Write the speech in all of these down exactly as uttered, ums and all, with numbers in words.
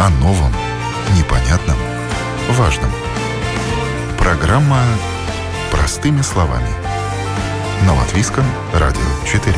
О новом, непонятном, важном. Программа «Простыми словами». На Латвийском радио четыре.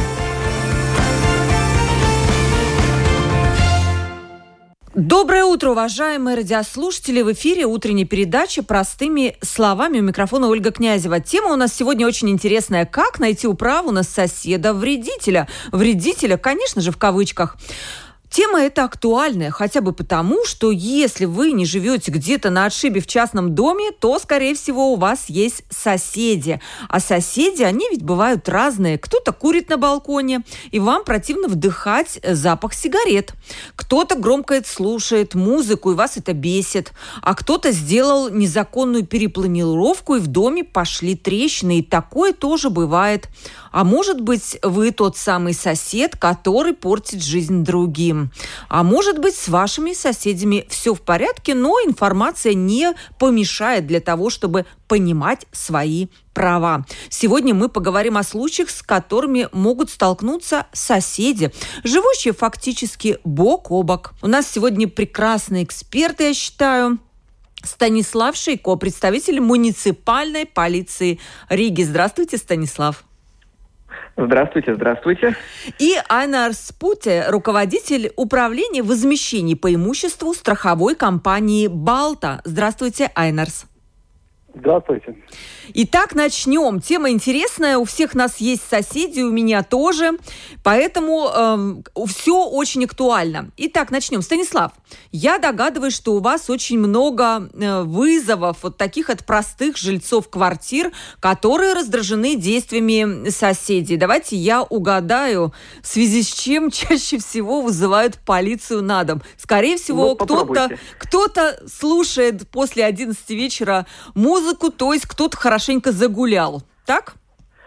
Доброе утро, уважаемые радиослушатели! В эфире утренняя передача «Простыми словами». У микрофона Ольга Князева. Тема у нас сегодня очень интересная. Как найти управу на соседа-вредителя? Вредителя, конечно же, в кавычках. Тема эта актуальная, хотя бы потому, что если вы не живете где-то на отшибе в частном доме, то, скорее всего, у вас есть соседи. А соседи, они ведь бывают разные. Кто-то курит на балконе, и вам противно вдыхать запах сигарет. Кто-то громко слушает музыку, и вас это бесит. А кто-то сделал незаконную перепланировку, и в доме пошли трещины, и такое тоже бывает. А может быть, вы тот самый сосед, который портит жизнь другим. А может быть, с вашими соседями все в порядке, но информация не помешает для того, чтобы понимать свои права. Сегодня мы поговорим о случаях, с которыми могут столкнуться соседи, живущие фактически бок о бок. У нас сегодня прекрасные эксперты, я считаю. Станислав Шейко, представитель муниципальной полиции Риги. Здравствуйте, Станислав. Здравствуйте, здравствуйте. И Айнар Спуте, руководитель управления возмещений по имуществу страховой компании «Балта». Здравствуйте, Айнарс. Здравствуйте. Итак, начнем. Тема интересная. У всех нас есть соседи, у меня тоже. Поэтому э, все очень актуально. Итак, начнем. Станислав, я догадываюсь, что у вас очень много э, вызовов вот таких от простых жильцов квартир, которые раздражены действиями соседей. Давайте я угадаю, в связи с чем чаще всего вызывают полицию на дом. Скорее всего, ну, кто-то, кто-то слушает после одиннадцати вечера музыку, то есть кто-то хорошенько загулял, так?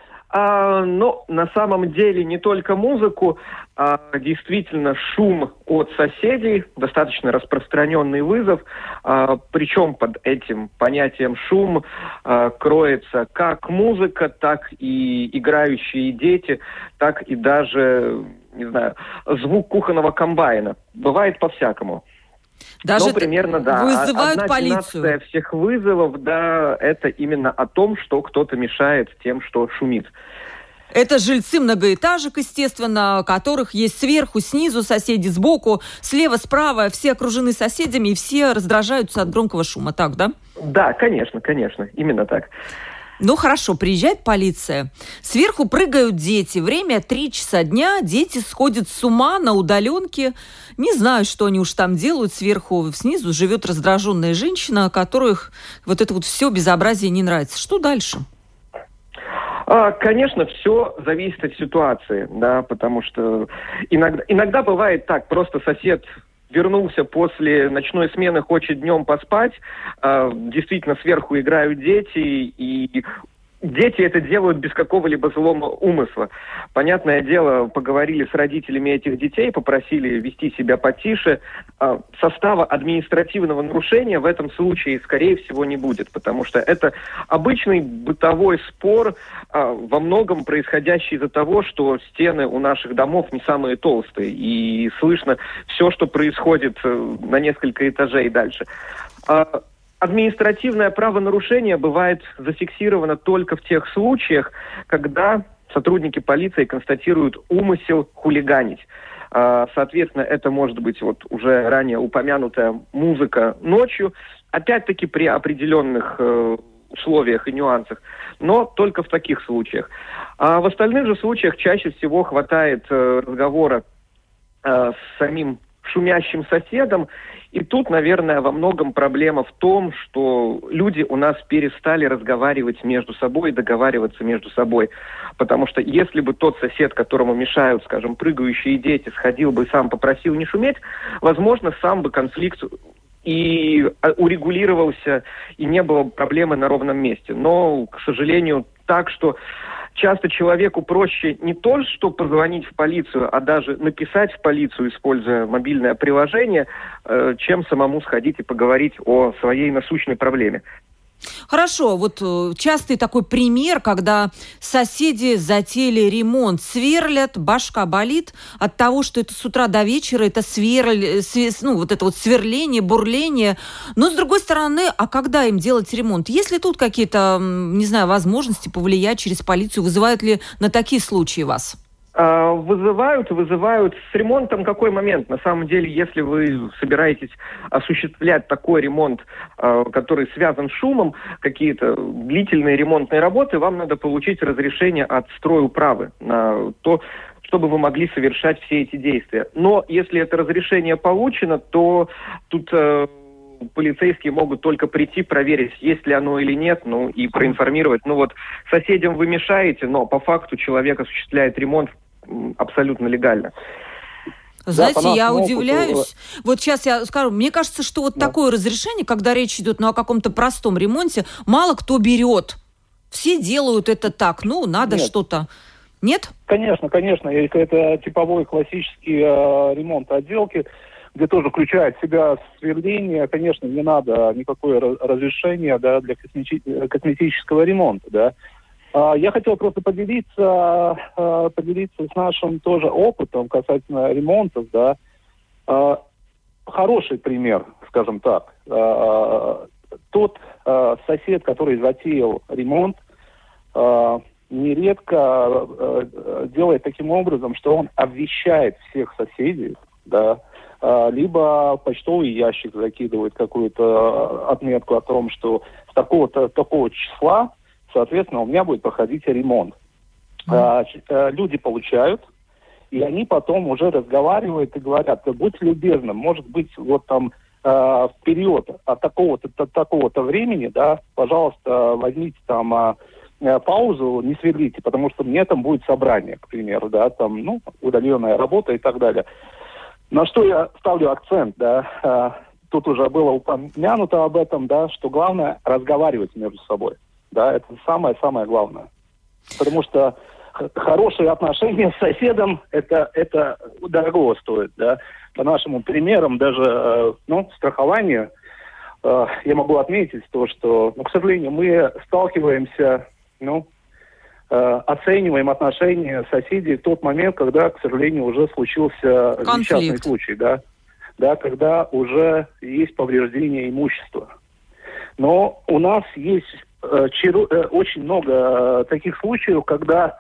А, ну, на самом деле не только музыку, а действительно шум от соседей, достаточно распространенный вызов. А, причем под этим понятием шум а, кроется как музыка, так и играющие дети, так и даже, не знаю, звук кухонного комбайна. Бывает по-всякому. Даже ну, примерно, да. Вызывают Одна полицию. всех вызовов, да, это именно о том, что кто-то мешает тем, что шумит. Это жильцы многоэтажек, естественно, которых есть сверху, снизу соседи, сбоку, слева, справа, все окружены соседями, и все раздражаются от громкого шума, так, да? Да, конечно, конечно, именно так. Ну, хорошо, приезжает полиция. Сверху прыгают дети. Время три часа дня. Дети сходят с ума на удаленке. Не знаю, что они уж там делают сверху. Снизу живет раздраженная женщина, которых вот это вот все безобразие не нравится. Что дальше? А, конечно, все зависит от ситуации, да, потому что иногда, иногда бывает так, просто сосед вернулся после ночной смены, хочет днем поспать, э, действительно сверху играют дети, и дети это делают без какого-либо злого умысла. Понятное дело, поговорили с родителями этих детей, попросили вести себя потише. Э, состава административного нарушения в этом случае, скорее всего, не будет, потому что это обычный бытовой спор, э, во многом происходящий из-за того, что стены у наших домов не самые толстые, и слышно все, что происходит э, на несколько этажей дальше. Э, Административное правонарушение бывает зафиксировано только в тех случаях, когда сотрудники полиции констатируют умысел хулиганить. Соответственно, это может быть вот уже ранее упомянутая музыка ночью, опять-таки при определенных условиях и нюансах, но только в таких случаях. А в остальных же случаях чаще всего хватает разговора с самим шумящим соседом. И тут, наверное, во многом проблема в том, что люди у нас перестали разговаривать между собой и договариваться между собой. Потому что если бы тот сосед, которому мешают, скажем, прыгающие дети, сходил бы и сам попросил не шуметь, возможно, сам бы конфликт и урегулировался, и не было проблемы на ровном месте. Но, к сожалению, так, что часто человеку проще не то, что позвонить в полицию, а даже написать в полицию, используя мобильное приложение, чем самому сходить и поговорить о своей насущной проблеме. Хорошо, вот частый такой пример, когда соседи затеяли ремонт, сверлят, башка болит от того, что это с утра до вечера, это сверль, ну, вот это вот сверление, бурление. Но, с другой стороны, а когда им делать ремонт? Есть ли тут какие-то, не знаю, возможности повлиять через полицию? Вызывают ли на такие случаи вас? Вызывают, вызывают. С ремонтом какой момент? На самом деле, если вы собираетесь осуществлять такой ремонт, который связан с шумом, какие-то длительные ремонтные работы, вам надо получить разрешение от стройуправы на то, чтобы вы могли совершать все эти действия. Но если это разрешение получено, то тут полицейские могут только прийти, проверить, есть ли оно или нет, ну и проинформировать. Ну вот соседям вы мешаете, но по факту человек осуществляет ремонт абсолютно легально. Знаете, да, я удивляюсь. Опыту. Вот сейчас я скажу, мне кажется, что вот да. такое разрешение, когда речь идет ну, о каком-то простом ремонте, мало кто берет. Все делают это так, ну, надо Нет. что-то. Нет? Конечно, конечно. Если это типовой классический э, ремонт отделки, где тоже включает в себя сверление, конечно, не надо никакое разрешение да, для космети- косметического ремонта, да. Я хотел просто поделиться, поделиться с нашим тоже опытом касательно ремонтов, да. Хороший пример, скажем так. Тот сосед, который затеял ремонт, нередко делает таким образом, что он обвещает всех соседей, да, либо почтовый ящик закидывает какую-то отметку о том, что с такого-то такого числа соответственно, у меня будет проходить ремонт. Mm. А, люди получают, и они потом уже разговаривают и говорят, будь любезным, может быть, вот там а, в период от такого-то до такого-то времени, да, пожалуйста, возьмите там а, а, паузу, не сверлите, потому что мне там будет собрание, к примеру, да, там, ну, удаленная работа и так далее. На что я ставлю акцент, да, а, тут уже было упомянуто об этом, да, что главное разговаривать между собой. Да, это самое-самое главное. Потому что х- хорошие отношения с соседом, это, это дорого стоит, да. По нашим примерам, даже, э, ну, страхование, э, я могу отметить то, что, ну, к сожалению, мы сталкиваемся, ну, э, оцениваем отношения соседей в тот момент, когда, к сожалению, уже случился конфликт. Несчастный случай, да. Да, когда уже есть повреждение имущества. Но у нас есть очень много таких случаев, когда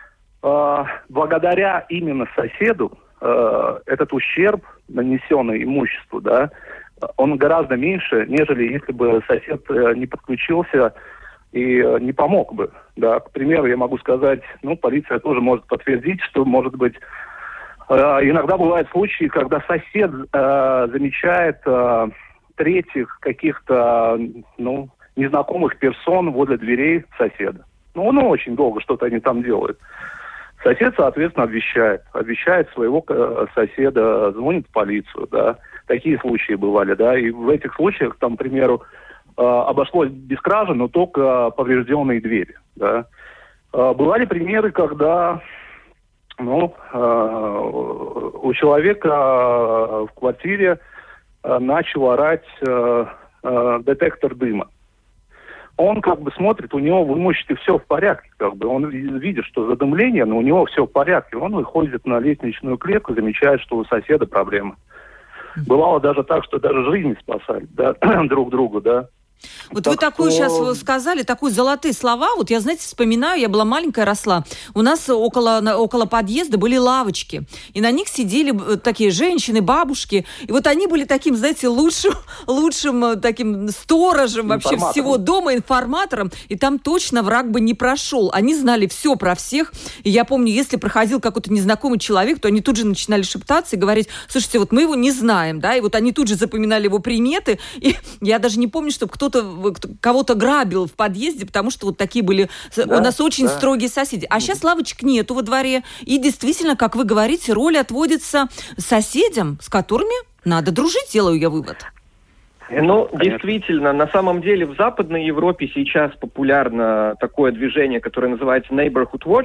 э, благодаря именно соседу э, этот ущерб, нанесенный имуществу, да, он гораздо меньше, нежели если бы сосед э, не подключился и э, не помог бы. Да. К примеру, я могу сказать, ну, полиция тоже может подтвердить, что, может быть, э, иногда бывают случаи, когда сосед э, замечает э, третьих каких-то, ну, незнакомых персон возле дверей соседа. Ну, он очень долго что-то они там делают. Сосед, соответственно, обвещает. Обвещает своего э, соседа, звонит в полицию, да. Такие случаи бывали, да. И в этих случаях, там, к примеру, э, обошлось без кражи, но только поврежденные двери, да. Э, бывали примеры, когда, ну, э, у человека в квартире э, начал орать э, э, детектор дыма. Он как бы смотрит, у него в имуществе все в порядке, как бы он видит, что задымление, но у него все в порядке. Он выходит на лестничную клетку, замечает, что у соседа проблемы. Бывало даже так, что даже жизни спасали, да, друг другу, да. Вот так вы такую что... сейчас сказали, такие золотые слова. Вот я, знаете, вспоминаю, я была маленькая, росла. У нас около, около подъезда были лавочки. И на них сидели такие женщины, бабушки. И вот они были таким, знаете, лучшим, лучшим таким сторожем вообще всего дома, информатором. И там точно враг бы не прошел. Они знали все про всех. И я помню, если проходил какой-то незнакомый человек, то они тут же начинали шептаться и говорить, слушайте, вот мы его не знаем, да, и вот они тут же запоминали его приметы. И я даже не помню, чтобы кто-то кого-то грабил в подъезде, потому что вот такие были да, у нас очень да. строгие соседи. А сейчас лавочек нету во дворе. И действительно, как вы говорите, роль отводится соседям, с которыми надо дружить, делаю я вывод. Ну, действительно, на самом деле в Западной Европе сейчас популярно такое движение, которое называется Neighborhood Watch.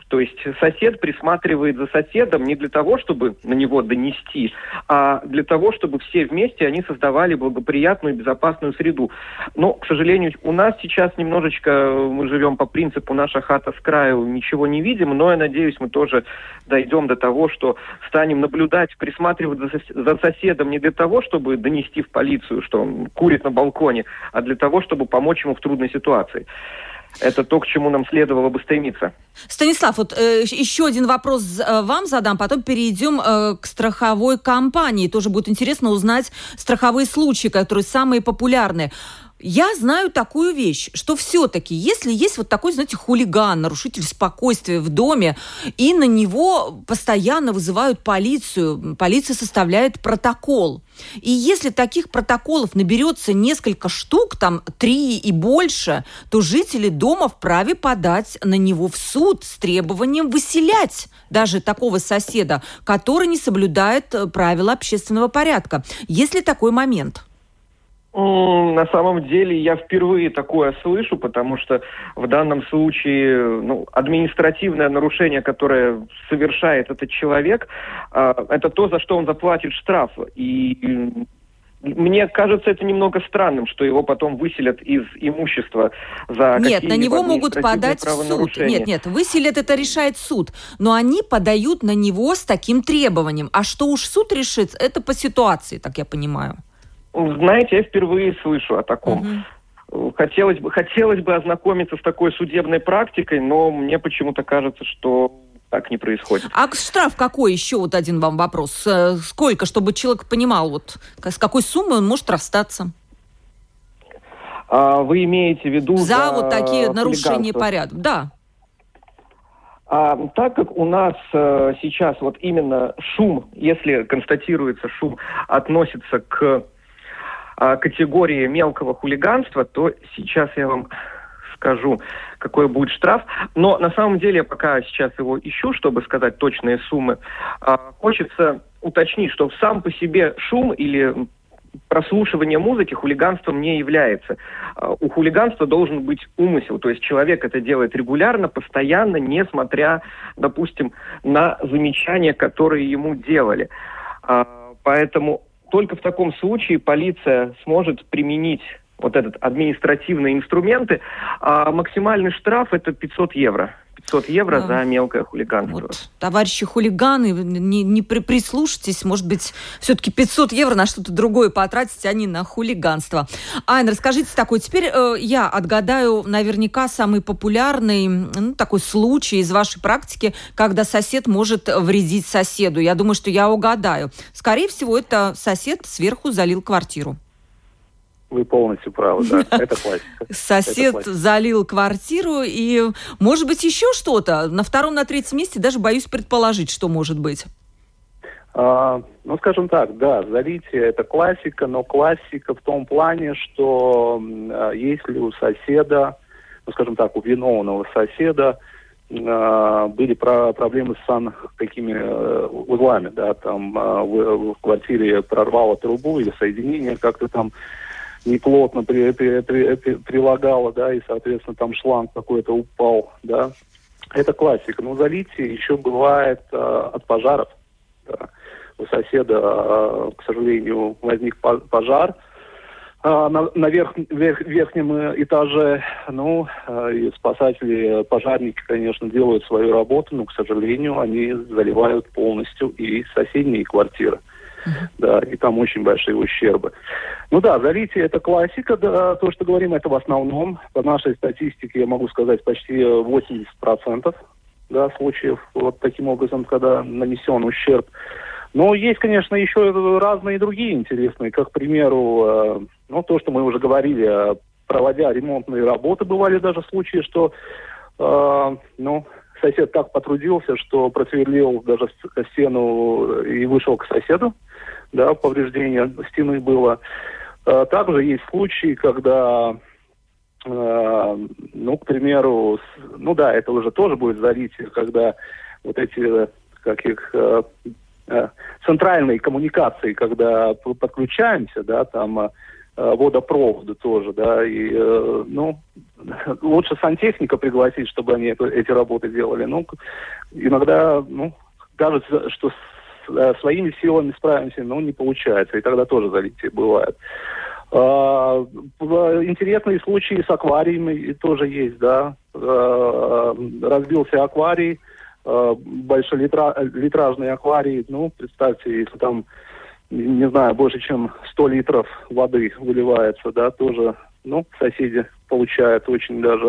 То есть сосед присматривает за соседом не для того, чтобы на него донести, а для того, чтобы все вместе они создавали благоприятную и безопасную среду. Но, к сожалению, у нас сейчас немножечко, мы живем по принципу «наша хата с краю», ничего не видим, но я надеюсь, мы тоже дойдем до того, что станем наблюдать, присматривать за, сос- за соседом не для того, чтобы донести в полицию, что он курит на балконе, а для того, чтобы помочь ему в трудной ситуации. Это то, к чему нам следовало бы стремиться. Станислав, вот э, еще один вопрос э, вам задам, потом перейдем э, к страховой компании. Тоже будет интересно узнать страховые случаи, которые самые популярные. Я знаю такую вещь, что все-таки, если есть вот такой, знаете, хулиган, нарушитель спокойствия в доме, и на него постоянно вызывают полицию, полиция составляет протокол. И если таких протоколов наберется несколько штук, там три и больше, то жители дома вправе подать на него в суд с требованием выселять даже такого соседа, который не соблюдает правила общественного порядка. Есть ли такой момент? На самом деле я впервые такое слышу, потому что в данном случае ну, административное нарушение, которое совершает этот человек, это то, за что он заплатит штраф. И мне кажется, это немного странным, что его потом выселят из имущества за Нет, на него могут подать в суд. Нет, нет, выселят, это решает суд. Но они подают на него с таким требованием. А что уж суд решит, это по ситуации, так я понимаю. Знаете, я впервые слышу о таком. Угу. Хотелось бы, хотелось бы ознакомиться с такой судебной практикой, но мне почему-то кажется, что так не происходит. А штраф какой? Еще вот один вам вопрос. Сколько, чтобы человек понимал, вот с какой суммой он может расстаться? А вы имеете в виду за, за вот такие хулиганство? Нарушения порядка? Да. А, так как у нас а, сейчас вот именно шум, если констатируется шум, относится к категории мелкого хулиганства, то сейчас я вам скажу, какой будет штраф. Но на самом деле я пока сейчас его ищу, чтобы сказать точные суммы. Хочется уточнить, что сам по себе шум или прослушивание музыки хулиганством не является. У хулиганства должен быть умысел, то есть человек это делает регулярно, постоянно, несмотря, допустим, на замечания, которые ему делали. Поэтому только в таком случае полиция сможет применить вот этот административные инструменты, а максимальный штраф это пятьсот евро. пятьсот евро да. за мелкое хулиганство. Вот, товарищи хулиганы, не, не при, прислушайтесь, может быть, все-таки пятьсот евро на что-то другое потратить, а не на хулиганство. Айн, расскажите такой, теперь э, я отгадаю наверняка самый популярный ну, такой случай из вашей практики, когда сосед может вредить соседу. Я думаю, что я угадаю. Скорее всего, это сосед сверху залил квартиру. Вы полностью правы, да, это классика. Сосед классика. залил квартиру, и, может быть, еще что-то? На втором, на третьем месте даже боюсь предположить, что может быть. А, ну, скажем так, да, залитие – это классика, но классика в том плане, что а, если у соседа, ну, скажем так, у виновного соседа а, были про- проблемы с сан такими а, узлами, да, там а, в, в квартире прорвало трубу или соединение как-то там неплотно при, при, при, при, прилагало, да, и, соответственно, там шланг какой-то упал, да. Это классика. Но залитие еще бывает а, от пожаров. Да. У соседа, а, к сожалению, возник пожар а, на, на верх, верх, верхнем этаже. Ну, а, и спасатели, пожарники, конечно, делают свою работу, но, к сожалению, они заливают полностью и соседние квартиры. Да, и там очень большие ущербы. Ну да, залитие – это классика, да, то, что говорим, это в основном. По нашей статистике я могу сказать почти восемьдесят процентов да, случаев вот таким образом, когда нанесен ущерб. Но есть, конечно, еще разные другие интересные, как, к примеру, э, ну, то, что мы уже говорили, проводя ремонтные работы, бывали даже случаи, что, э, ну, сосед так потрудился, что просверлил даже стену и вышел к соседу, да, повреждение стены было. Также есть случаи, когда, ну, к примеру, ну да, это уже тоже будет залитие, когда вот эти, как их, центральные коммуникации, когда подключаемся, да, там водопроводы тоже, да, и, ну, лучше сантехника пригласить, чтобы они это, эти работы делали. Ну, иногда, ну, кажется, что с, своими силами справимся, но не получается, и тогда тоже залитие бывает. А, интересные случаи с аквариями тоже есть, да. А, разбился акварий, а, большелитражный акварий, ну, представьте, если там, не знаю, больше чем сто литров воды выливается, да, тоже, ну, соседи получают очень даже.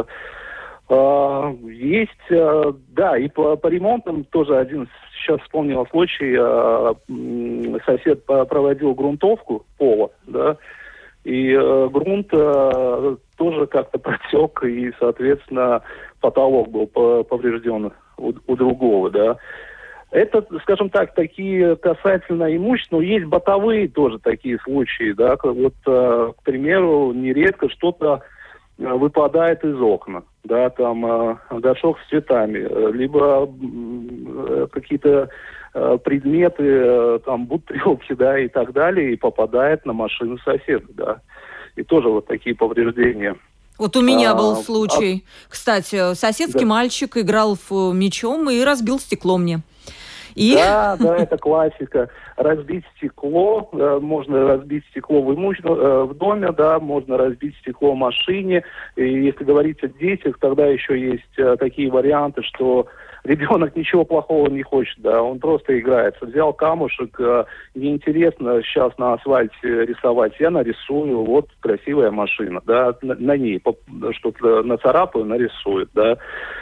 А, есть, а, да, и по, по ремонтам тоже один, сейчас вспомнил случай, а, сосед проводил грунтовку пола, да, и э, грунт э, тоже как-то протек, и, соответственно, потолок был поврежден у, у другого, да. Это, скажем так, такие касательно имущества, но есть бытовые тоже такие случаи, да. Вот, э, к примеру, нередко что-то выпадает из окна, да, там э, горшок с цветами, либо э, какие-то э, предметы, э, там бутылки, да, и так далее, и попадает на машину соседа, да, и тоже вот такие повреждения. Вот у меня а, был случай, а... кстати, соседский да. мальчик играл в мячом и разбил стекло мне. И... Да, да, это классика. Разбить стекло, э, можно разбить стекло в, имущ... э, в доме, да, можно разбить стекло в машине. И если говорить о детях, тогда еще есть э, такие варианты, что ребенок ничего плохого не хочет, да, он просто играется. Взял камушек, э, неинтересно сейчас на асфальте рисовать, я нарисую, вот красивая машина, да, на, на ней что-то нацарапаю, нарисует, да.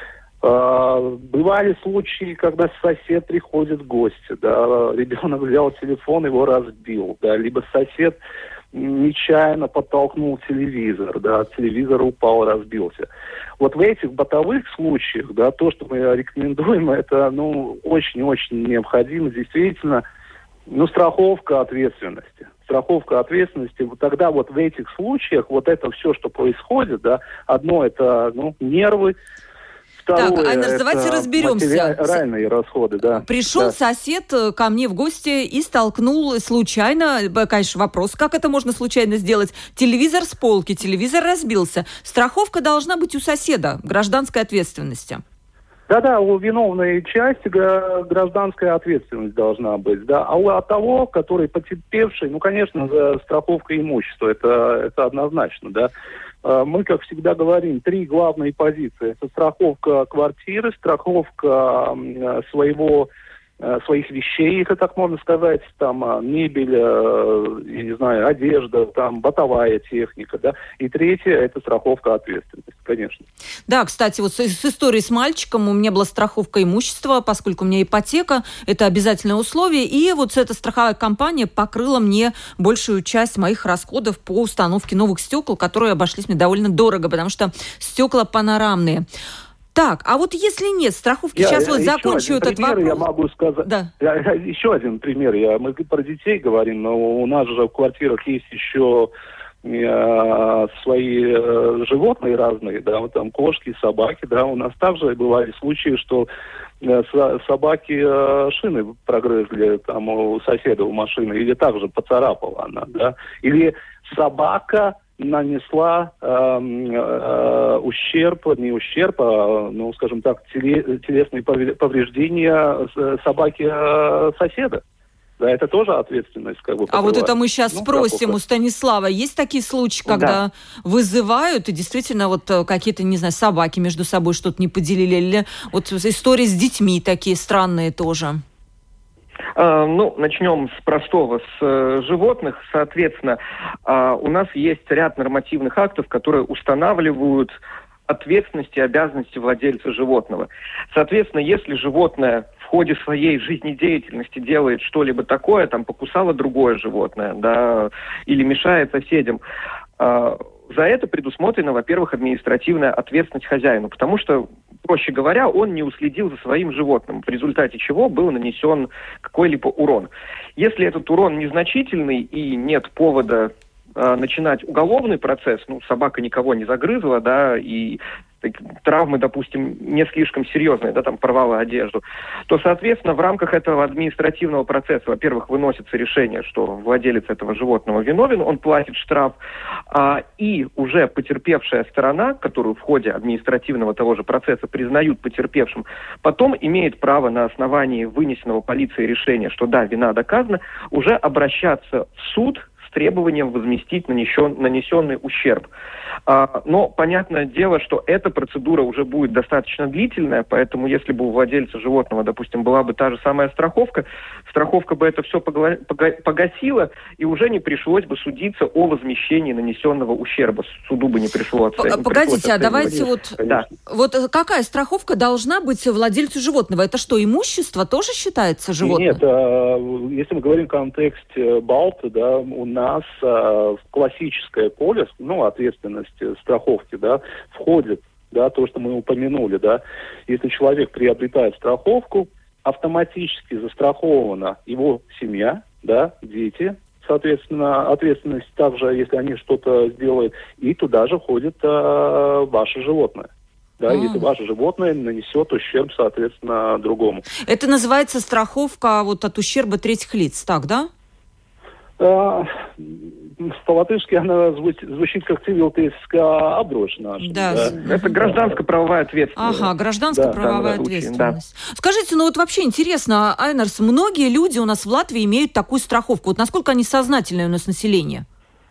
Бывали случаи, когда сосед приходит в гости, да, ребенок взял телефон, его разбил, да, либо сосед нечаянно подтолкнул телевизор, да, телевизор упал, разбился. Вот в этих бытовых случаях, да, то, что мы рекомендуем, это, ну, очень-очень необходимо, действительно, ну, страховка ответственности. Страховка ответственности, вот тогда вот в этих случаях вот это все, что происходит, да, одно это, ну, нервы. Второе, так, Айнерс, давайте разберемся. Материальные расходы, да. Пришел да. сосед ко мне в гости и столкнул случайно, конечно, вопрос, как это можно случайно сделать? Телевизор с полки, телевизор разбился. Страховка должна быть у соседа, гражданской ответственности. Да-да, у виновной части гражданская ответственность должна быть, да. А у того, который потерпевший, ну, конечно, за страховка имущества, это, это однозначно, да. Мы, как всегда говорим, три главные позиции. Это страховка квартиры, страховка своего, своих вещей, если так можно сказать, там мебель, я не знаю, одежда, там бытовая техника, да. И третье – это страховка ответственности, конечно. Да, кстати, вот с, с историей с мальчиком у меня была страховка имущества, поскольку у меня ипотека, это обязательное условие, и вот эта страховая компания покрыла мне большую часть моих расходов по установке новых стекол, которые обошлись мне довольно дорого, потому что стекла панорамные. Так, а вот если нет страховки, я, сейчас я, вот закончу этот пример вопрос. Я могу сказать. Да. Я, я, еще один пример. Я, мы про детей говорим, но у нас же в квартирах есть еще э, свои э, животные разные, да, вот там кошки, собаки, да. У нас также бывали случаи, что э, собаки э, шины прогрызли там у соседа у машины, или также поцарапала она, да. Или собака нанесла э, э, ущерб, не ущерб, а, ну, скажем так, теле, телесные повреждения собаки э, соседа. Да, это тоже ответственность, как бы. А вот это мы сейчас ну, спросим у Станислава. Есть такие случаи, когда да. вызывают, и действительно вот какие-то, не знаю, собаки между собой что-то не поделили, или вот истории с детьми такие странные тоже? Ну, начнем с простого, с э, животных. Соответственно, э, у нас есть ряд нормативных актов, которые устанавливают ответственности и обязанности владельца животного. Соответственно, если животное в ходе своей жизнедеятельности делает что-либо такое, там, покусало другое животное, да, или мешает соседям, э, за это предусмотрена, во-первых, административная ответственность хозяину, потому что, проще говоря, он не уследил за своим животным, в результате чего был нанесен какой-либо урон. Если этот урон незначительный и нет повода э, начинать уголовный процесс, ну, собака никого не загрызла, да, и травмы, допустим, не слишком серьезные, да, там порвала одежду, то, соответственно, в рамках этого административного процесса, во-первых, выносится решение, что владелец этого животного виновен, он платит штраф, а, и уже потерпевшая сторона, которую в ходе административного того же процесса признают потерпевшим, потом имеет право на основании вынесенного полицией решения, что да, вина доказана, уже обращаться в суд с требованием возместить нанесен, нанесенный ущерб. А, но понятное дело, что эта процедура уже будет достаточно длительная, поэтому если бы у владельца животного, допустим, была бы та же самая страховка, страховка бы это все погла- пога- погасила, и уже не пришлось бы судиться о возмещении нанесенного ущерба. Суду бы не пришло оценивать. Погодите, а давайте вот, да. вот какая страховка должна быть владельцу животного? Это что, имущество тоже считается животным? Нет, если мы говорим в контексте Балты, да, у нас в классическое поле, ну, ответственность страховки, да, входит, да, то, что мы упомянули, да. Если человек приобретает страховку, автоматически застрахована его семья, да, дети, соответственно, ответственность также, если они что-то сделают, и туда же входит а, ваше животное. Да, а. Если ваше животное нанесет ущерб, соответственно, другому. Это называется страховка вот от ущерба третьих лиц, так, да? А, по-латышски она звучит, звучит как цивилтейская оброчена. Да. Да. Это гражданско-правовая ответственность. Ага, гражданско-правовая да, ответственность. Случае, да. Скажите, ну вот вообще интересно, Айнарс, многие люди у нас в Латвии имеют такую страховку. Вот насколько они сознательные у нас население?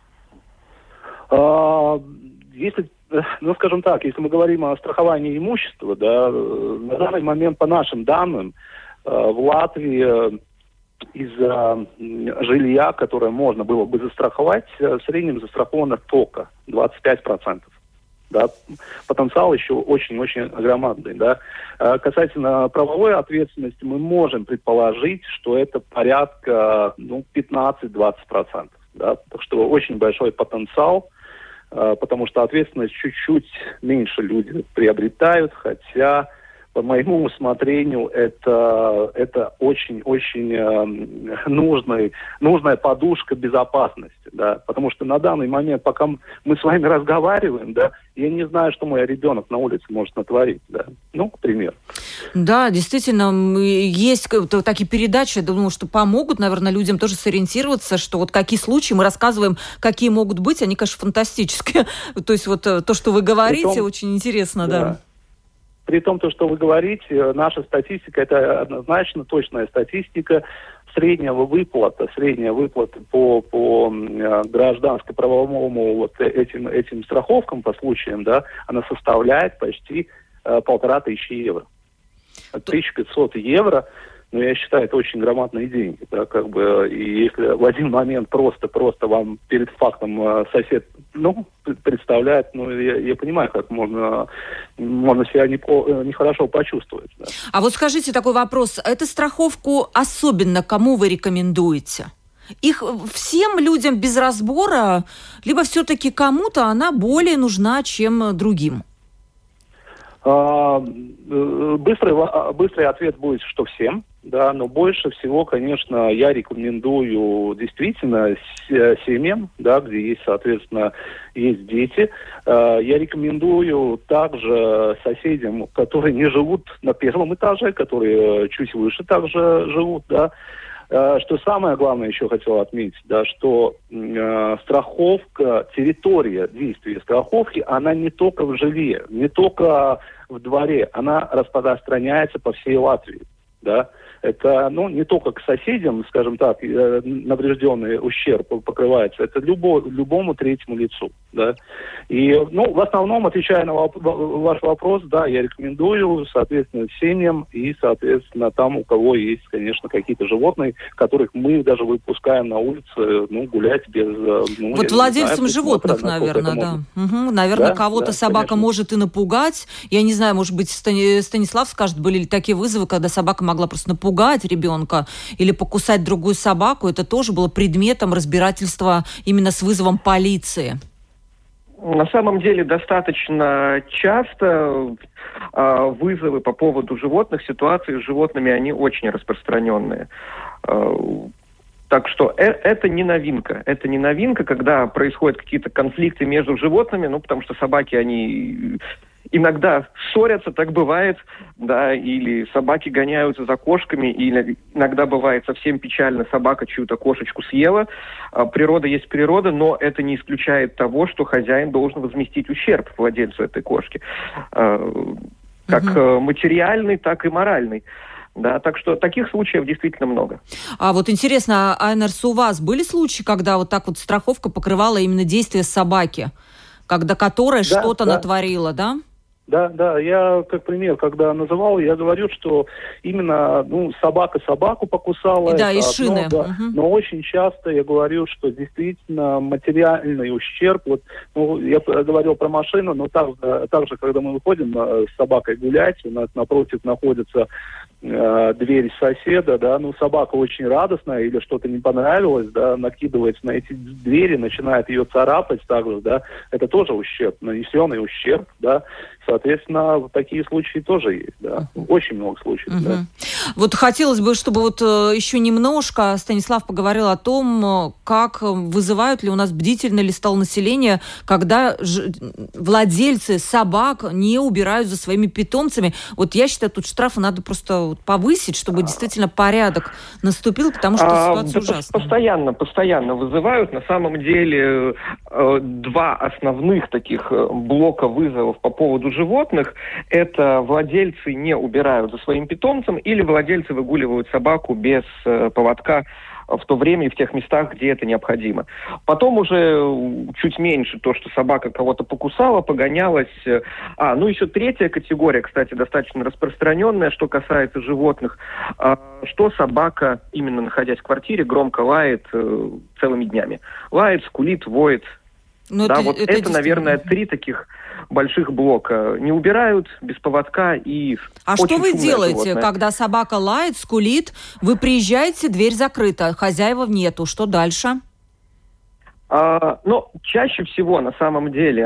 А, если, ну скажем так, если мы говорим о страховании имущества, да, на данный момент, по нашим данным, в Латвии из-за жилья, которое можно было бы застраховать, в среднем застраховано только двадцать пять процентов. Да. Потенциал еще очень-очень громадный. Да. Касательно правовой ответственности, мы можем предположить, что это порядка ну, пятнадцать-двадцать процентов. Да. Так что очень большой потенциал, потому что ответственность чуть-чуть меньше люди приобретают, хотя по моему усмотрению, это, это очень-очень э, нужный, нужная подушка безопасности, да, потому что на данный момент, пока мы с вами разговариваем, да, я не знаю, что мой ребенок на улице может натворить, да, ну, к примеру. Да, действительно, есть такие передачи, я думаю, что помогут, наверное, людям тоже сориентироваться, что вот какие случаи мы рассказываем, какие могут быть, они, конечно, фантастические, то есть вот то, что вы говорите, Притом, очень интересно, да. да. При том, то, что вы говорите, наша статистика, это однозначно точная статистика среднего выплата, средняя выплата по, по гражданско-правовому вот этим, этим страховкам по случаям, да, она составляет почти э, полтора тысячи евро. тысяча пятьсот евро, ну, я считаю, это очень громадные деньги, да, как бы, и если в один момент просто-просто вам перед фактом сосед, ну, представляет, ну, я, я понимаю, как можно, можно себя нехорошо почувствовать. Да. А вот скажите такой вопрос, эту страховку особенно кому вы рекомендуете? Их всем людям без разбора, либо все-таки кому-то она более нужна, чем другим? Быстрый, быстрый ответ будет, что всем, да, но больше всего, конечно, я рекомендую действительно семьям, да, где есть, соответственно, есть дети. Я рекомендую также соседям, которые не живут на первом этаже, которые чуть выше также живут, да. Что самое главное еще хотел отметить, да, что э, страховка, территория действия страховки, она не только в жилье, не только в дворе, она распространяется по всей Латвии, да. Это, ну, не только к соседям, скажем так, наврежденный ущерб покрывается, это любо, любому третьему лицу, да. И, ну, в основном, отвечая на воп- ваш вопрос, да, я рекомендую, соответственно, семьям и, соответственно, там, у кого есть, конечно, какие-то животные, которых мы даже выпускаем на улице, ну, гулять без... Ну, вот владельцам знаю, животных, наверное, да. Угу. Наверное, да? кого-то да, собака конечно. может и напугать. Я не знаю, может быть, Станислав скажет, были ли такие вызовы, когда собака могла просто напугать ребенка или покусать другую собаку. Это тоже было предметом разбирательства именно с вызовом полиции. На самом деле достаточно часто э, вызовы по поводу животных, ситуации с животными, они очень распространенные. Э, так что э, это не новинка. Это не новинка, когда происходят какие-то конфликты между животными, ну, потому что собаки, они иногда ссорятся, так бывает, да, или собаки гоняются за кошками, или иногда бывает совсем печально, собака чью-то кошечку съела. Природа есть природа, но это не исключает того, что хозяин должен возместить ущерб владельцу этой кошки. Как угу. материальный, так и моральный. Да, так что таких случаев действительно много. А вот интересно, Айнерс, у вас были случаи, когда вот так вот страховка покрывала именно действия собаки, когда которая да, что-то да. натворила, да? Да, да, я как пример, когда называл, я говорю, что именно ну, собака собаку покусала. Да, и шины. Одно, да, угу. Но очень часто я говорю, что действительно материальный ущерб. Вот, ну, я говорил про машину, но также, также, когда мы выходим с собакой гулять, у нас напротив находится э, дверь соседа, да, ну собака очень радостная или что-то не понравилось, да, накидывается на эти двери, начинает ее царапать также, да, это тоже ущерб, нанесенный ущерб, да. Соответственно, вот такие случаи тоже есть, да. Очень много случаев, uh-huh. да. Вот хотелось бы, чтобы вот еще немножко Станислав поговорил о том, как вызывают ли у нас бдительно ли стало население, когда ж... владельцы собак не убирают за своими питомцами. Вот я считаю, тут штрафы надо просто повысить, чтобы действительно порядок наступил, потому что а, ситуация да ужасная. Постоянно, постоянно вызывают. На самом деле два основных таких блока вызовов по поводу животных – это владельцы не убирают за своим питомцем или владельцы выгуливают собаку без э, поводка в то время и в тех местах, где это необходимо. Потом уже чуть меньше то, что собака кого-то покусала, погонялась. А, ну еще третья категория, кстати, достаточно распространенная, что касается животных, э, что собака, именно находясь в квартире, громко лает э, целыми днями. Лает, скулит, воет. Но да, это, вот это, это наверное, три таких больших блока. Не убирают без поводка и А очень что вы делаете, животное. Когда собака лает, скулит, вы приезжаете, дверь закрыта, хозяев нету, что дальше? А, ну, чаще всего, на самом деле,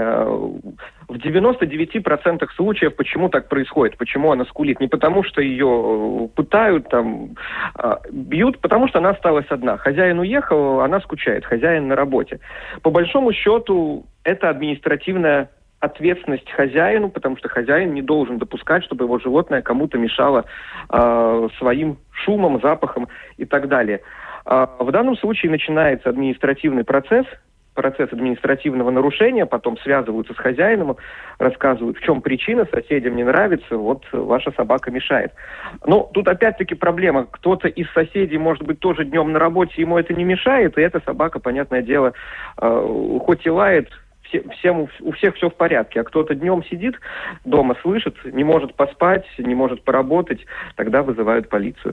в девяноста девяти процентах случаев, почему так происходит, почему она скулит, не потому что ее пытают, там, бьют, потому что она осталась одна. Хозяин уехал, она скучает, хозяин на работе. По большому счету, это административная ответственность хозяину, потому что хозяин не должен допускать, чтобы его животное кому-то мешало э, своим шумом, запахом и так далее. Э, в данном случае начинается административный процесс, процесс административного нарушения, потом связываются с хозяином, рассказывают, в чем причина, соседям не нравится, вот ваша собака мешает. Но тут опять-таки проблема. Кто-то из соседей, может быть, тоже днем на работе, ему это не мешает, и эта собака, понятное дело, э, хоть и лает, Всем, у всех все в порядке, а кто-то днем сидит, дома слышит, не может поспать, не может поработать, тогда вызывают полицию.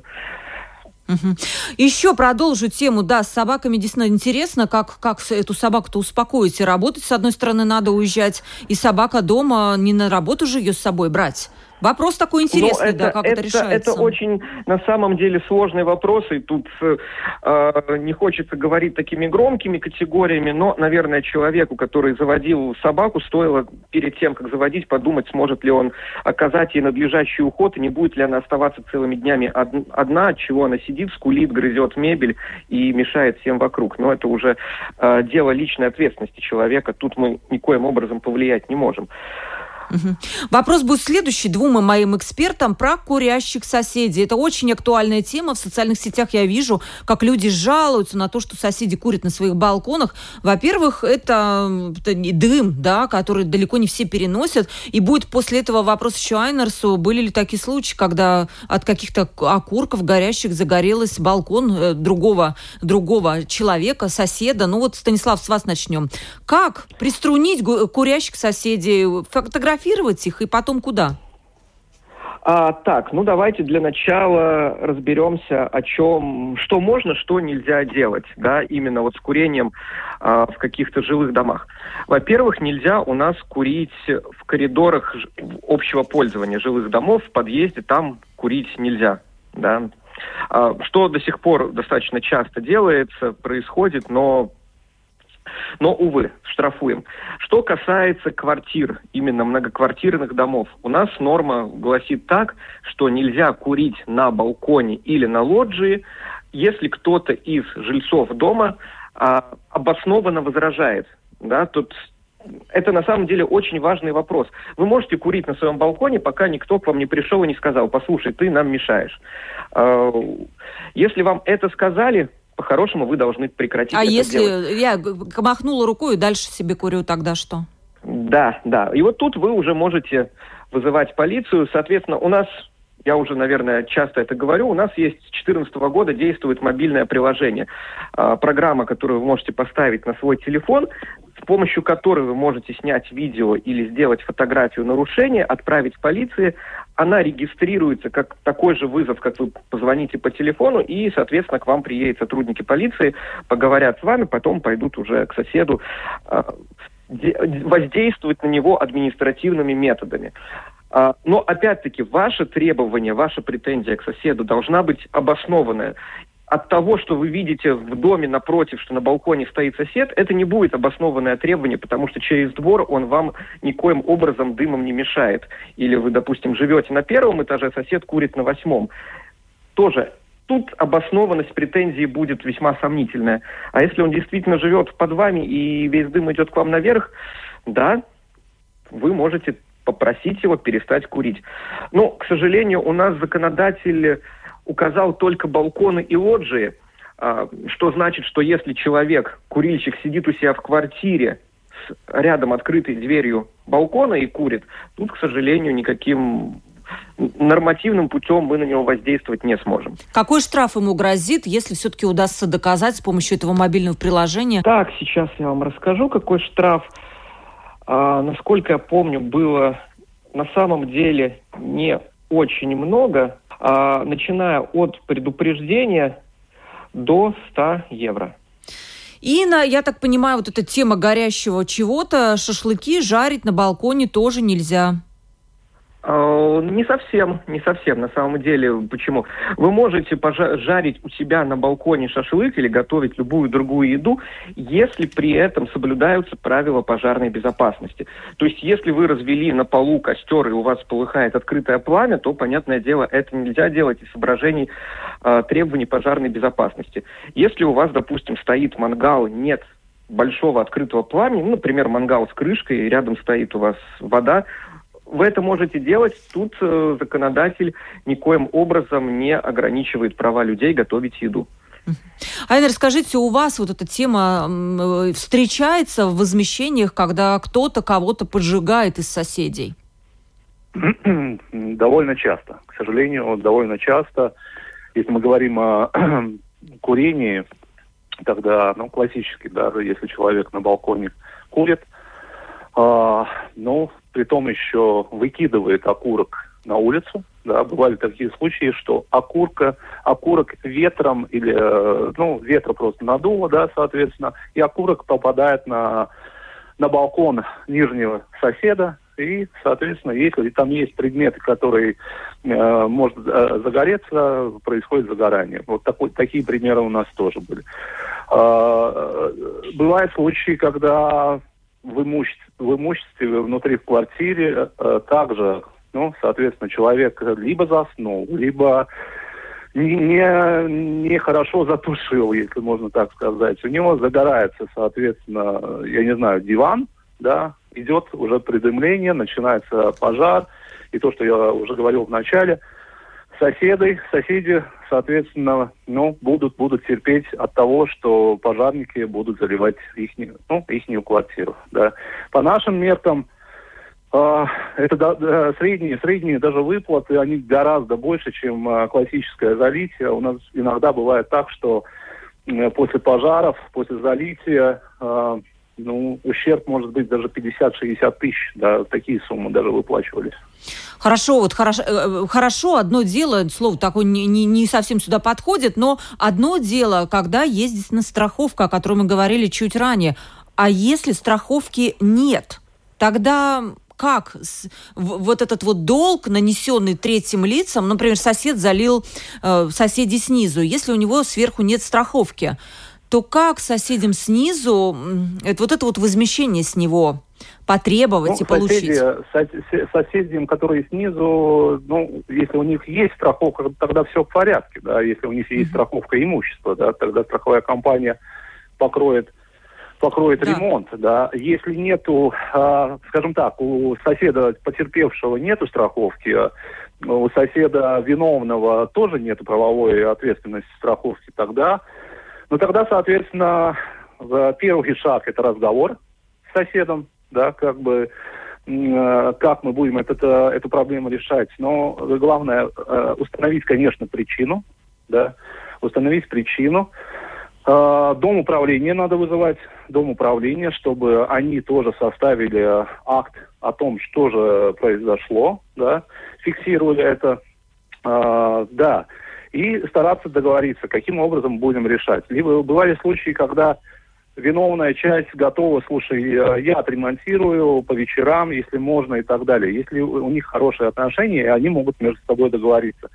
Угу. Еще продолжу тему, да, с собаками действительно интересно, как, как эту собаку-то успокоить и работать. С одной стороны, надо уезжать, и собака дома, не на работу же ее с собой брать. Вопрос такой интересный, это, да, как это, это решается. Это очень, на самом деле, сложный вопрос, и тут э, не хочется говорить такими громкими категориями, но, наверное, человеку, который заводил собаку, стоило перед тем, как заводить, подумать, сможет ли он оказать ей надлежащий уход, и не будет ли она оставаться целыми днями одна, от чего она сидит, скулит, грызет мебель и мешает всем вокруг. Но это уже э, дело личной ответственности человека, тут мы никоим образом повлиять не можем. Угу. Вопрос будет следующий двум моим экспертам про курящих соседей. Это очень актуальная тема. В социальных сетях я вижу, как люди жалуются на то, что соседи курят на своих балконах. Во-первых, это, это дым, да, который далеко не все переносят. И будет после этого вопрос еще Айнерсу. Были ли такие случаи, когда от каких-то окурков горящих загорелся балкон другого, другого человека, соседа? Ну вот, Станислав, с вас начнем. Как приструнить курящих соседей? Фотографировать их и потом куда? А, так, ну давайте для начала разберемся, о чем, что можно, что нельзя делать, да, именно вот с курением а, в каких-то жилых домах. Во-первых, нельзя у нас курить в коридорах общего пользования жилых домов, в подъезде, там курить нельзя, да. А, что до сих пор достаточно часто делается, происходит, но Но, увы, штрафуем. Что касается квартир, именно многоквартирных домов, у нас норма гласит так, что нельзя курить на балконе или на лоджии, если кто-то из жильцов дома а, обоснованно возражает. Да, тут это на самом деле очень важный вопрос. Вы можете курить на своем балконе, пока никто к вам не пришел и не сказал: послушай, ты нам мешаешь. Если вам это сказали, по-хорошему вы должны прекратить а это если делать. Я махнула рукой и дальше себе курю, тогда что? Да, да. И вот тут вы уже можете вызывать полицию. Соответственно, у нас, я уже, наверное, часто это говорю, у нас есть с две тысячи четырнадцатого года действует мобильное приложение. А, программа, которую вы можете поставить на свой телефон, с помощью которой вы можете снять видео или сделать фотографию нарушения, отправить полиции. Она регистрируется как такой же вызов, как вы позвоните по телефону, и, соответственно, к вам приедут сотрудники полиции, поговорят с вами, потом пойдут уже к соседу, воздействовать на него административными методами. Но, опять-таки, ваше требование, ваша претензия к соседу должна быть обоснованная. От того, что вы видите в доме напротив, что на балконе стоит сосед, это не будет обоснованное требование, потому что через двор он вам никоим образом дымом не мешает. Или вы, допустим, живете на первом этаже, сосед курит на восьмом. Тоже тут обоснованность претензии будет весьма сомнительная. А если он действительно живет под вами и весь дым идет к вам наверх, да, вы можете попросить его перестать курить. Но, к сожалению, у нас законодатель указал только балконы и лоджии, что значит, что если человек, курильщик, сидит у себя в квартире с рядом открытой дверью балкона и курит, тут, к сожалению, никаким нормативным путем мы на него воздействовать не сможем. Какой штраф ему грозит, если все-таки удастся доказать с помощью этого мобильного приложения? Так, сейчас я вам расскажу, какой штраф. А, насколько я помню, было на самом деле не очень много, а, начиная от предупреждения до ста евро. И, на, я так понимаю, вот эта тема горящего чего-то, шашлыки жарить на балконе тоже нельзя. Не совсем, не совсем, на самом деле. Почему? Вы можете пожарить у себя на балконе шашлык или готовить любую другую еду, если при этом соблюдаются правила пожарной безопасности. То есть, если вы развели на полу костер и у вас полыхает открытое пламя, то, понятное дело, это нельзя делать из соображений э, требований пожарной безопасности. Если у вас, допустим, стоит мангал, нет большого открытого пламени, ну, например, мангал с крышкой, и рядом стоит у вас вода, вы это можете делать, тут э, законодатель никоим образом не ограничивает права людей готовить еду. Айнер, скажите, у вас вот эта тема э, встречается в возмещениях, когда кто-то кого-то поджигает из соседей? Довольно часто. К сожалению, довольно часто. Если мы говорим о курении, тогда, ну, классически, да, если человек на балконе курит, э, ну, притом еще выкидывает окурок на улицу. Да, бывали такие случаи, что окурка, окурок ветром или, ну, ветра просто надуло, да, соответственно, и окурок попадает на, на балкон нижнего соседа, и, соответственно, если там есть предметы, которые э, может э, загореться, происходит загорание. Вот такой, такие примеры у нас тоже были. Э, бывают случаи, когда в имуществе, в имуществе внутри в квартире э, также, ну, соответственно, человек либо заснул, либо не, не, не хорошо затушил, если можно так сказать. У него загорается, соответственно, я не знаю, диван, да, идет уже приземление, начинается пожар. И то, что я уже говорил в начале, соседи, соседи, соответственно, ну, будут, будут терпеть от того, что пожарники будут заливать ихнюю, ну, ихнюю квартиру. Да. По нашим меркам, э, это да, да, средние, средние даже выплаты, они гораздо больше, чем э, классическое залитие. У нас иногда бывает так, что э, после пожаров, после залития, э, ну, ущерб может быть даже пятьдесят-шестьдесят тысяч, да, такие суммы даже выплачивались. Хорошо, вот хорошо, хорошо, одно дело, слово такое не, не, не совсем сюда подходит, но одно дело, когда есть действительно страховка, о которой мы говорили чуть ранее, а если страховки нет, тогда как вот этот вот долг, нанесенный третьим лицам, например, сосед залил э, соседей снизу, если у него сверху нет страховки, то как соседям снизу это, вот это вот возмещение с него потребовать ну, и получить? Соседи, соседям, которые снизу, ну, если у них есть страховка, тогда все в порядке, да, если у них есть uh-huh. страховка имущества, да, тогда страховая компания покроет покроет да. ремонт, да. Если нету, э, скажем так, у соседа потерпевшего нету страховки, у соседа виновного тоже нету правовой ответственности страховки, тогда, ну тогда, соответственно, первый шаг это разговор с соседом, да, как бы э, как мы будем это, это, эту проблему решать. Но главное э, установить, конечно, причину, да, установить причину. Э, дом управления надо вызывать, дом управления, чтобы они тоже составили акт о том, что же произошло, да, фиксировали это, э, да, и стараться договориться, каким образом будем решать. Либо бывали случаи, когда виновная часть готова, слушай, я отремонтирую по вечерам, если можно, и так далее. Если у них хорошие отношения, они могут между собой договориться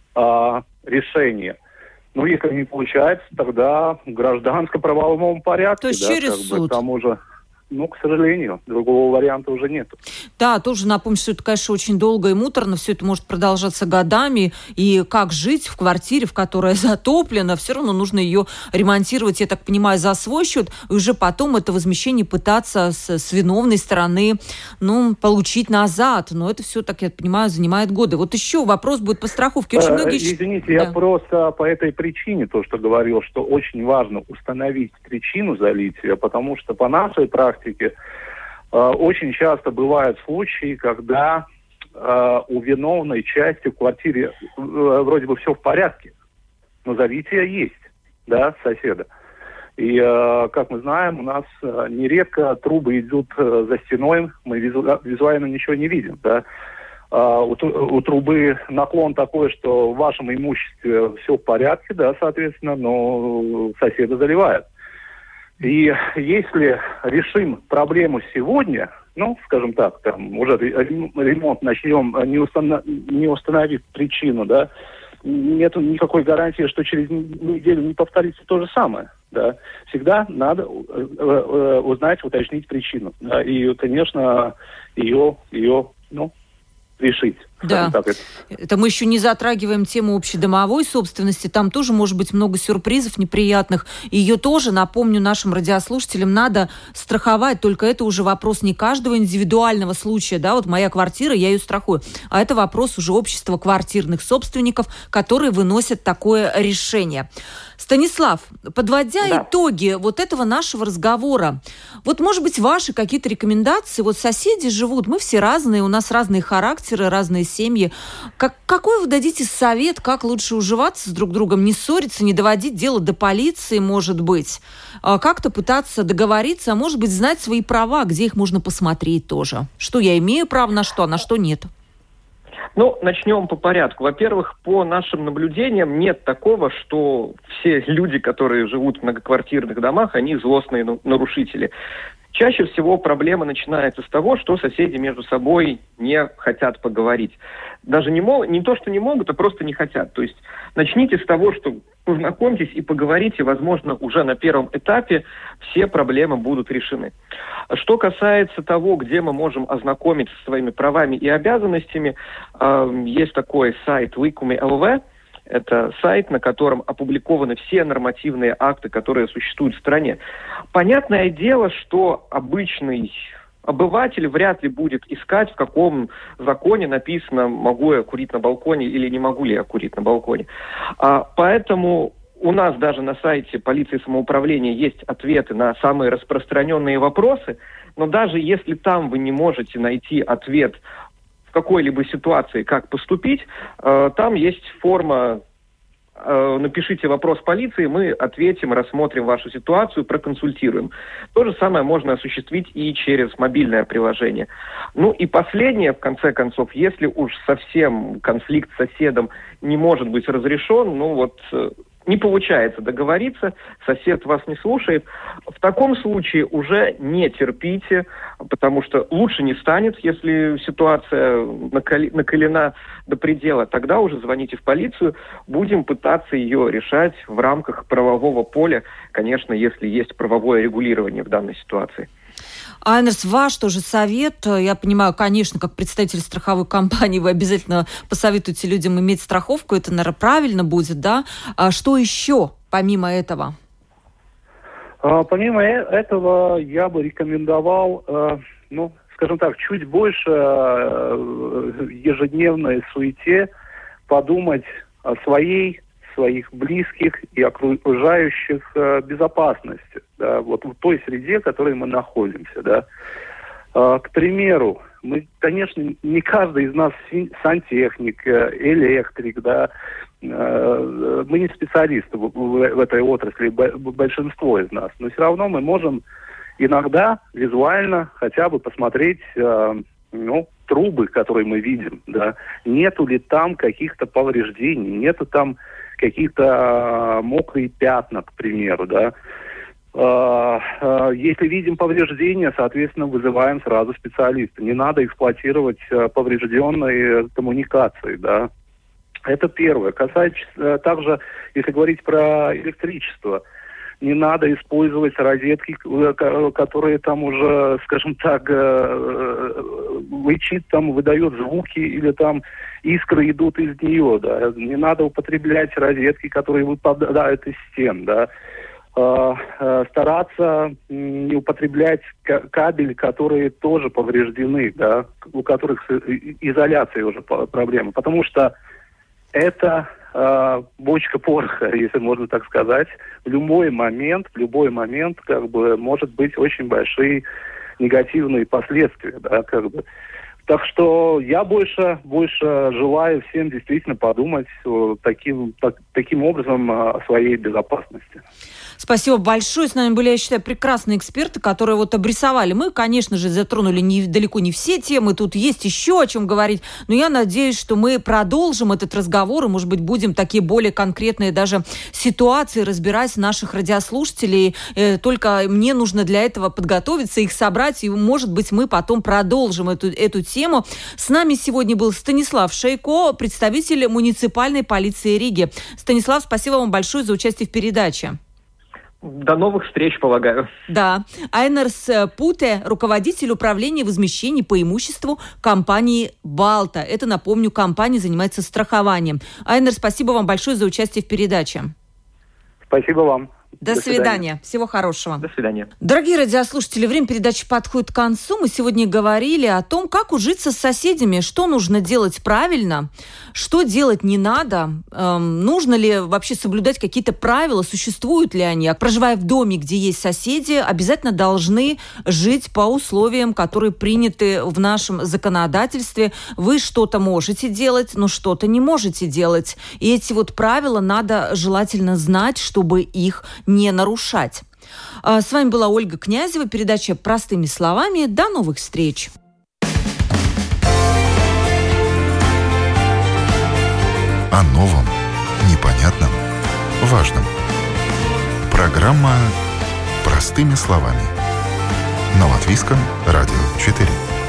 о решении. Но если не получается, тогда в гражданско-правовом порядке. То есть да, через как суд. Бы, там уже... Ну, к сожалению, другого варианта уже нет. Да, тоже напомню, что это, конечно, очень долго и муторно, все это может продолжаться годами, и как жить в квартире, в которой затоплена, все равно нужно ее ремонтировать, я так понимаю, за свой счет, и уже потом это возмещение пытаться с, с виновной стороны, ну, получить назад, но это все, так я понимаю, занимает годы. Вот еще вопрос будет по страховке. Очень многие... Извините, да. я просто по этой причине, то, что говорил, что очень важно установить причину залития, потому что по нашей практике очень часто бывают случаи, когда э, у виновной части в квартире э, вроде бы все в порядке, но залитие есть, да, соседа. И, э, как мы знаем, у нас э, нередко трубы идут э, за стеной, мы визу- визуально ничего не видим, да. Э, у, у трубы наклон такой, что в вашем имуществе все в порядке, да, соответственно, но соседа заливает. И если решим проблему сегодня, ну, скажем так, там уже ремонт начнем, не, установ... не установив причину, да, нет никакой гарантии, что через неделю не повторится то же самое, да. Всегда надо узнать, уточнить причину, да, и, конечно, ее, ее, ну, решить. Да, так, это. это мы еще не затрагиваем тему общедомовой собственности, там тоже может быть много сюрпризов неприятных, ее тоже, напомню нашим радиослушателям, надо страховать, только это уже вопрос не каждого индивидуального случая, да, вот моя квартира, я ее страхую, а это вопрос уже общества квартирных собственников, которые выносят такое решение. Станислав, подводя да. итоги вот этого нашего разговора, вот, может быть, ваши какие-то рекомендации, вот соседи живут, мы все разные, у нас разные характеры, разные семьи. Как, какой вы дадите совет, как лучше уживаться с друг другом, не ссориться, не доводить дело до полиции, может быть, как-то пытаться договориться, а может быть, знать свои права, где их можно посмотреть тоже? Что я имею право на что, а на что нет? Ну, начнем по порядку. Во-первых, по нашим наблюдениям нет такого, что все люди, которые живут в многоквартирных домах, они злостные нарушители. Чаще всего проблема начинается с того, что соседи между собой не хотят поговорить. Даже не, мог, не то, что не могут, а просто не хотят. То есть начните с того, что познакомьтесь и поговорите, возможно, уже на первом этапе все проблемы будут решены. Что касается того, где мы можем ознакомиться со своими правами и обязанностями, э, есть такой сайт Likumi точка эл ви. Это сайт, на котором опубликованы все нормативные акты, которые существуют в стране. Понятное дело, что обычный обыватель вряд ли будет искать, в каком законе написано, могу я курить на балконе или не могу ли я курить на балконе. А, поэтому у нас даже на сайте полиции самоуправления есть ответы на самые распространенные вопросы, но даже если там вы не можете найти ответ в какой-либо ситуации, как поступить, э, там есть форма э, «Напишите вопрос полиции», мы ответим, рассмотрим вашу ситуацию, проконсультируем. То же самое можно осуществить и через мобильное приложение. Ну и последнее, в конце концов, если уж совсем конфликт с соседом не может быть разрешен, ну вот... Э, не получается договориться, сосед вас не слушает, в таком случае уже не терпите, потому что лучше не станет, если ситуация накалена до предела, тогда уже звоните в полицию, будем пытаться ее решать в рамках правового поля, конечно, если есть правовое регулирование в данной ситуации. Айнерс, ваш тоже совет, я понимаю, конечно, как представитель страховой компании вы обязательно посоветуете людям иметь страховку, это, наверное, правильно будет, да? А что еще помимо этого? А, помимо этого, я бы рекомендовал, э, ну, скажем так, чуть больше э, ежедневной суете подумать о своей, своих близких и окружающих э, безопасности, да, вот в той среде, в которой мы находимся, да. Э, к примеру, мы, конечно, не каждый из нас сантехник, электрик, да, э, мы не специалисты в, в, в этой отрасли, большинство из нас, но все равно мы можем иногда визуально хотя бы посмотреть, э, ну, трубы, которые мы видим, да, нету ли там каких-то повреждений, нету там каких-то э, мокрые пятна, к примеру, да. Э, э, если видим повреждения, соответственно, вызываем сразу специалиста. Не надо эксплуатировать э, поврежденные коммуникации, да. Это первое. Касается э, также, если говорить про электричество, не надо использовать розетки, которые там уже, скажем так, вычит, там выдает звуки или там искры идут из нее, да. Не надо употреблять розетки, которые выпадают из стен, да. Стараться не употреблять кабели, которые тоже повреждены, да, у которых с изоляцией уже проблемы, потому что это э, бочка пороха, если можно так сказать. В любой момент, в любой момент, как бы, может быть очень большие негативные последствия, да, как бы. Так что я больше, больше желаю всем действительно подумать о, таким, так, таким образом о своей безопасности. Спасибо большое. С нами были, я считаю, прекрасные эксперты, которые вот обрисовали. Мы, конечно же, затронули не, далеко не все темы. Тут есть еще о чем говорить. Но я надеюсь, что мы продолжим этот разговор и, может быть, будем такие более конкретные даже ситуации разбирать наших радиослушателей. Э, только мне нужно для этого подготовиться, их собрать. И, может быть, мы потом продолжим эту, эту тему. С нами сегодня был Станислав Шейко, представитель муниципальной полиции Риги. Станислав, спасибо вам большое за участие в передаче. До новых встреч, полагаю. Да. Айнерс Путе, руководитель управления возмещений по имуществу компании «Балта». Это, напомню, компания занимается страхованием. Айнер, спасибо вам большое за участие в передаче. Спасибо вам. До, До свидания. свидания. Всего хорошего. До свидания. Дорогие радиослушатели, время передачи подходит к концу. Мы сегодня говорили о том, как ужиться с соседями, что нужно делать правильно, что делать не надо, эм, нужно ли вообще соблюдать какие-то правила, существуют ли они. Проживая в доме, где есть соседи, обязательно должны жить по условиям, которые приняты в нашем законодательстве. Вы что-то можете делать, но что-то не можете делать. И эти вот правила надо желательно знать, чтобы их не нарушать. С вами была Ольга Князева, передача «Простыми словами». До новых встреч! О новом, непонятном, важном. Программа «Простыми словами» на Латвийском радио четыре.